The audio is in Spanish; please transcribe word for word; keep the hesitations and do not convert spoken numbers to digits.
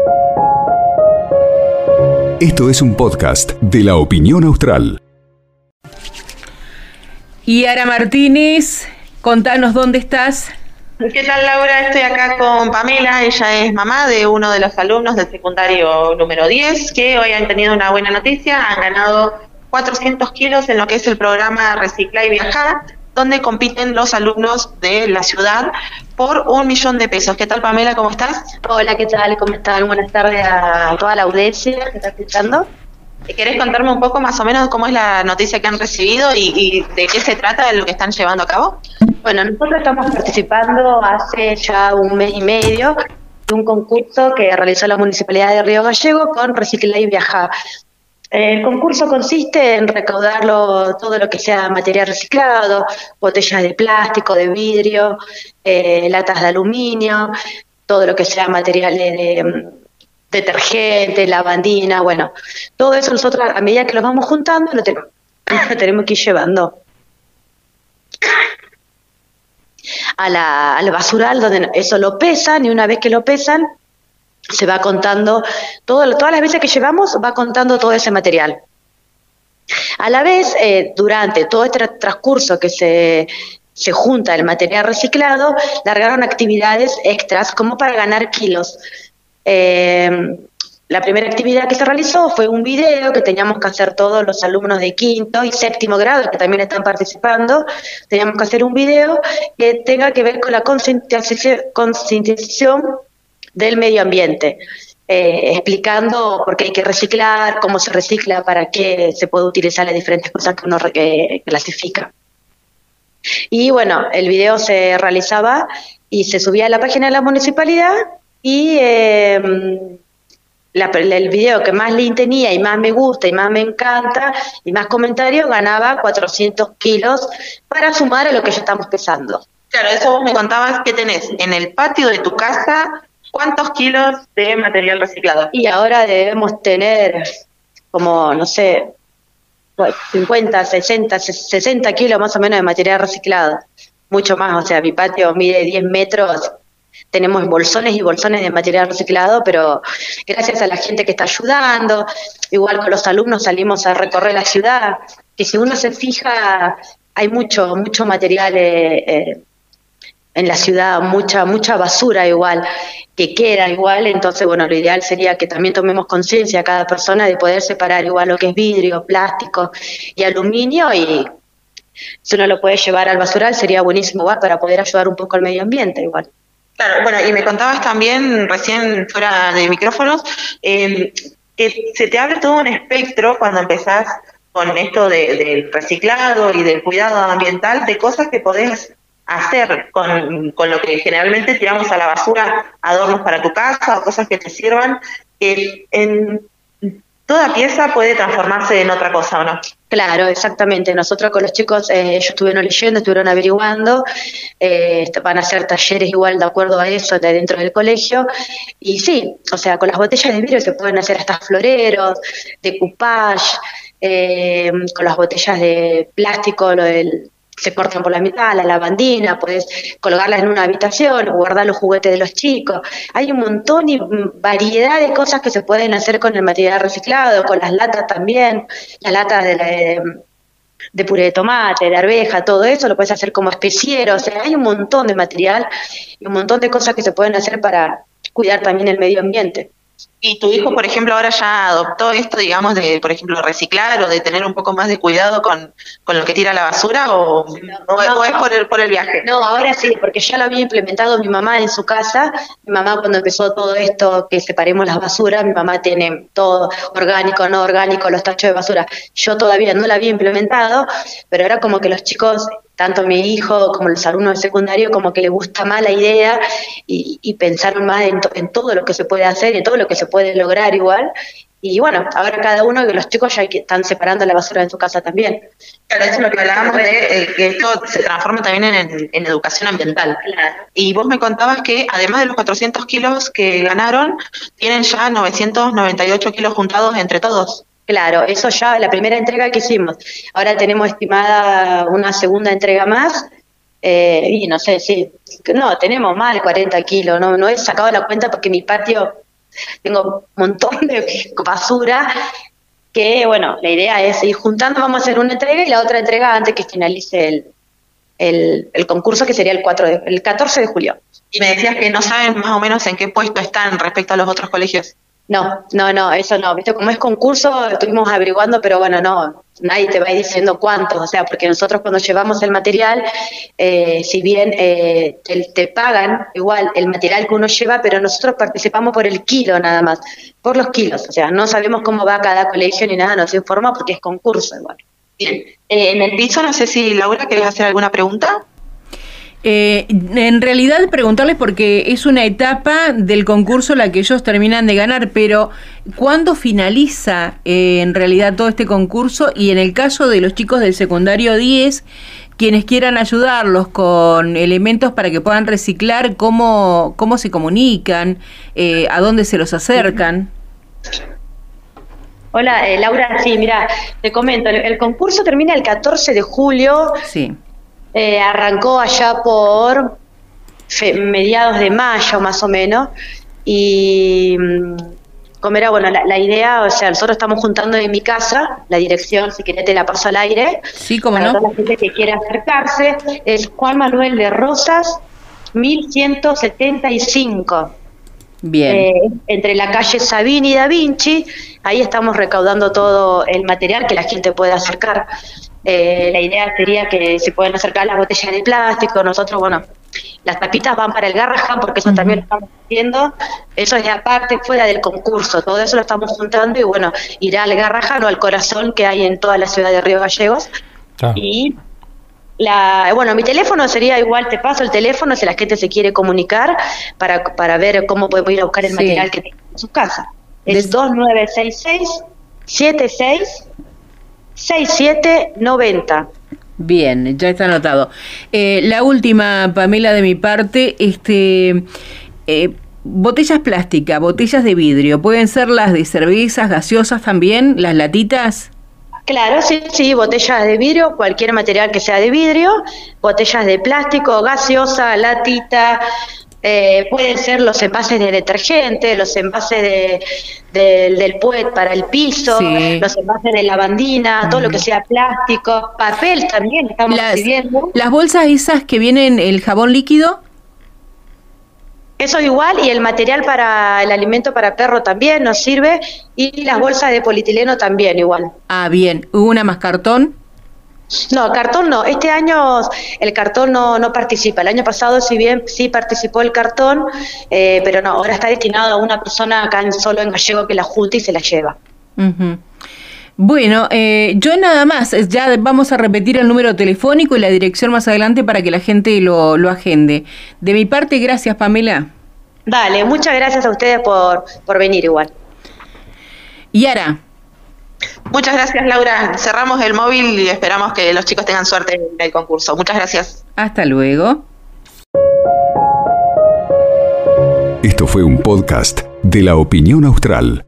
Esto es un podcast de La Opinión Austral. Y Ara Martínez, contanos dónde estás. ¿Qué tal, Laura? Estoy acá con Pamela, ella es mamá de uno de los alumnos del secundario número diez, que hoy han tenido una buena noticia, han ganado cuatrocientos kilos en lo que es el programa Recicla y Viajar, donde compiten los alumnos de la ciudad por un millón de pesos. ¿Qué tal, Pamela? ¿Cómo estás? Hola, ¿qué tal? ¿Cómo están? Buenas tardes a toda la audiencia que está escuchando. ¿Querés contarme un poco más o menos cómo es la noticia que han recibido y, y de qué se trata de lo que están llevando a cabo? Bueno, nosotros estamos participando hace ya un mes y medio de un concurso que realizó la Municipalidad de Río Gallegos con Recicla y Viajar. El concurso consiste en recaudarlo todo lo que sea material reciclado, botellas de plástico, de vidrio, eh, latas de aluminio, todo lo que sea material de, de detergente, lavandina, bueno, todo eso nosotros a medida que lo vamos juntando lo, tenemos, lo tenemos que ir llevando a la, al basural, donde eso lo pesan, y una vez que lo pesan se va contando, todo, todas las veces que llevamos va contando todo ese material. A la vez, eh, durante todo este transcurso que se, se junta el material reciclado, largaron actividades extras como para ganar kilos. Eh, la primera actividad que se realizó fue un video que teníamos que hacer todos los alumnos de quinto y séptimo grado que también están participando. Teníamos que hacer un video que tenga que ver con la concientización, concientización del medio ambiente, eh, explicando por qué hay que reciclar, cómo se recicla, para qué se puede utilizar las diferentes cosas que uno eh, clasifica. Y bueno, el video se realizaba y se subía a la página de la municipalidad y eh, la, el video que más link tenía y más me gusta y más me encanta y más comentarios ganaba cuatrocientos kilos para sumar a lo que ya estamos pesando. Claro, eso vos me contabas que tenés en el patio de tu casa. ¿Cuántos kilos de material reciclado? Y ahora debemos tener como, no sé, cincuenta, sesenta, sesenta kilos más o menos de material reciclado. Mucho más, o sea, mi patio mide diez metros, tenemos bolsones y bolsones de material reciclado, pero gracias a la gente que está ayudando, igual con los alumnos salimos a recorrer la ciudad, que si uno se fija, hay mucho, mucho material eh, eh, en la ciudad, mucha, mucha basura igual, que queda igual. Entonces, bueno, lo ideal sería que también tomemos conciencia cada persona de poder separar igual lo que es vidrio, plástico y aluminio, y si uno lo puede llevar al basural sería buenísimo igual para poder ayudar un poco al medio ambiente igual. Claro, bueno, y me contabas también recién fuera de micrófonos eh, que se te abre todo un espectro cuando empezás con esto de, del reciclado y del cuidado ambiental, de cosas que podés hacer con, con lo que generalmente tiramos a la basura, adornos para tu casa o cosas que te sirvan, que en toda pieza puede transformarse en otra cosa, ¿o no? Claro, exactamente. Nosotros con los chicos, eh, ellos estuvieron leyendo, estuvieron averiguando, eh, van a hacer talleres igual de acuerdo a eso de dentro del colegio, y sí, o sea, con las botellas de vidrio se pueden hacer hasta floreros, decoupage, eh, con las botellas de plástico, lo del se cortan por la mitad, la lavandina, podés colgarlas en una habitación, guardar los juguetes de los chicos. Hay un montón y variedad de cosas que se pueden hacer con el material reciclado, con las latas también, las latas de, la, de, de puré de tomate, de arveja, todo eso lo puedes hacer como especiero. O sea, hay un montón de material y un montón de cosas que se pueden hacer para cuidar también el medio ambiente. ¿Y tu hijo, por ejemplo, ahora ya adoptó esto, digamos, de, por ejemplo, reciclar o de tener un poco más de cuidado con, con lo que tira a la basura, o, no, o, no, o es por el, por el viaje? No, ahora sí, porque ya lo había implementado mi mamá en su casa. Mi mamá, cuando empezó todo esto, que separemos las basuras, mi mamá tiene todo orgánico, no orgánico, los tachos de basura. Yo todavía no lo había implementado, pero ahora como que los chicos, tanto mi hijo como los alumnos de secundario, como que les gusta más la idea y, y pensaron más en, to, en todo lo que se puede hacer y en todo lo que se puede lograr igual. Y bueno, ahora cada uno de los chicos ya están separando la basura en su casa también. Claro, eso es lo que hablábamos de eh, que esto se transforma también en, en educación ambiental. Claro. Y vos me contabas que además de los cuatrocientos kilos que ganaron, tienen ya novecientos noventa y ocho kilos juntados entre todos. Claro, eso ya la primera entrega que hicimos. Ahora tenemos estimada una segunda entrega más, eh, y no sé, sí, no, tenemos más de cuarenta kilos, no, no he sacado la cuenta porque mi patio tengo un montón de basura que, bueno, la idea es ir juntando, vamos a hacer una entrega y la otra entrega antes que finalice el, el, el concurso, que sería el, cuatro de, el catorce de julio. Y me decías que no saben más o menos en qué puesto están respecto a los otros colegios. No, no, no, eso no, viste, como es concurso, estuvimos averiguando, pero bueno, no, nadie te va a ir diciendo cuántos, o sea, porque nosotros cuando llevamos el material, eh, si bien eh, te, te pagan igual el material que uno lleva, pero nosotros participamos por el kilo nada más, por los kilos, o sea, no sabemos cómo va cada colegio ni nada, nos informa porque es concurso igual. Bien, eh, en el piso, no sé si Laura, ¿querés hacer alguna pregunta? Eh, en realidad preguntarles porque es una etapa del concurso la que ellos terminan de ganar, pero ¿cuándo finaliza eh, en realidad todo este concurso? Y en el caso de los chicos del secundario diez, quienes quieran ayudarlos con elementos para que puedan reciclar, ¿cómo, cómo se comunican? Eh, ¿A dónde se los acercan? Hola, eh, Laura, sí, mira, te comento, el, el concurso termina el catorce de julio. Sí. Eh, arrancó allá por fe, mediados de mayo más o menos, y como era, bueno, la, la idea, o sea, nosotros estamos juntando en mi casa, la dirección, si querés te la paso al aire, sí, cómo para no, toda la gente que quiera acercarse, es Juan Manuel de Rosas, mil ciento setenta y cinco. Bien. Eh, entre la calle Sabini y Da Vinci, ahí estamos recaudando todo el material que la gente pueda acercar. Eh, la idea sería que se puedan acercar las botellas de plástico. Nosotros, bueno, las tapitas van para el Garrahan, porque eso uh-huh. también lo estamos haciendo. Eso es de aparte, fuera del concurso. Todo eso lo estamos juntando y, bueno, irá al Garrahan o al Corazón que hay en toda la ciudad de Río Gallegos. Ah. Y, la bueno, mi teléfono sería igual, te paso el teléfono si la gente se quiere comunicar para, para ver cómo podemos ir a buscar el sí. material que tenga en su casa. Es dos nueve seis seis, siete seis, seis siete nueve cero. Bien, ya está anotado. Eh, la última, Pamela, de mi parte, este, eh, botellas plásticas, botellas de vidrio, ¿pueden ser las de cervezas, gaseosas también, las latitas? Claro, sí, sí, botellas de vidrio, cualquier material que sea de vidrio, botellas de plástico, gaseosa, latita. Eh, pueden ser los envases de detergente, los envases de, de, del P U E T para el piso, sí. los envases de lavandina, uh-huh. todo lo que sea plástico, papel también estamos las, recibiendo. Las bolsas esas que vienen el jabón líquido. Eso igual, y el material para el alimento para perro también nos sirve, y las bolsas de polietileno también igual. Ah, bien. ¿Hubo una más cartón? No, cartón no. Este año el cartón no, no participa. El año pasado, si bien sí participó el cartón, eh, pero no, ahora está destinado a una persona acá en, solo en Gallego que la junta y se la lleva. Uh-huh. Bueno, eh, yo nada más, ya vamos a repetir el número telefónico y la dirección más adelante para que la gente lo, lo agende. De mi parte, gracias, Pamela. Dale, muchas gracias a ustedes por, por venir igual. Yara. Muchas gracias, Laura. Cerramos el móvil y esperamos que los chicos tengan suerte en el concurso. Muchas gracias. Hasta luego. Esto fue un podcast de La Opinión Austral.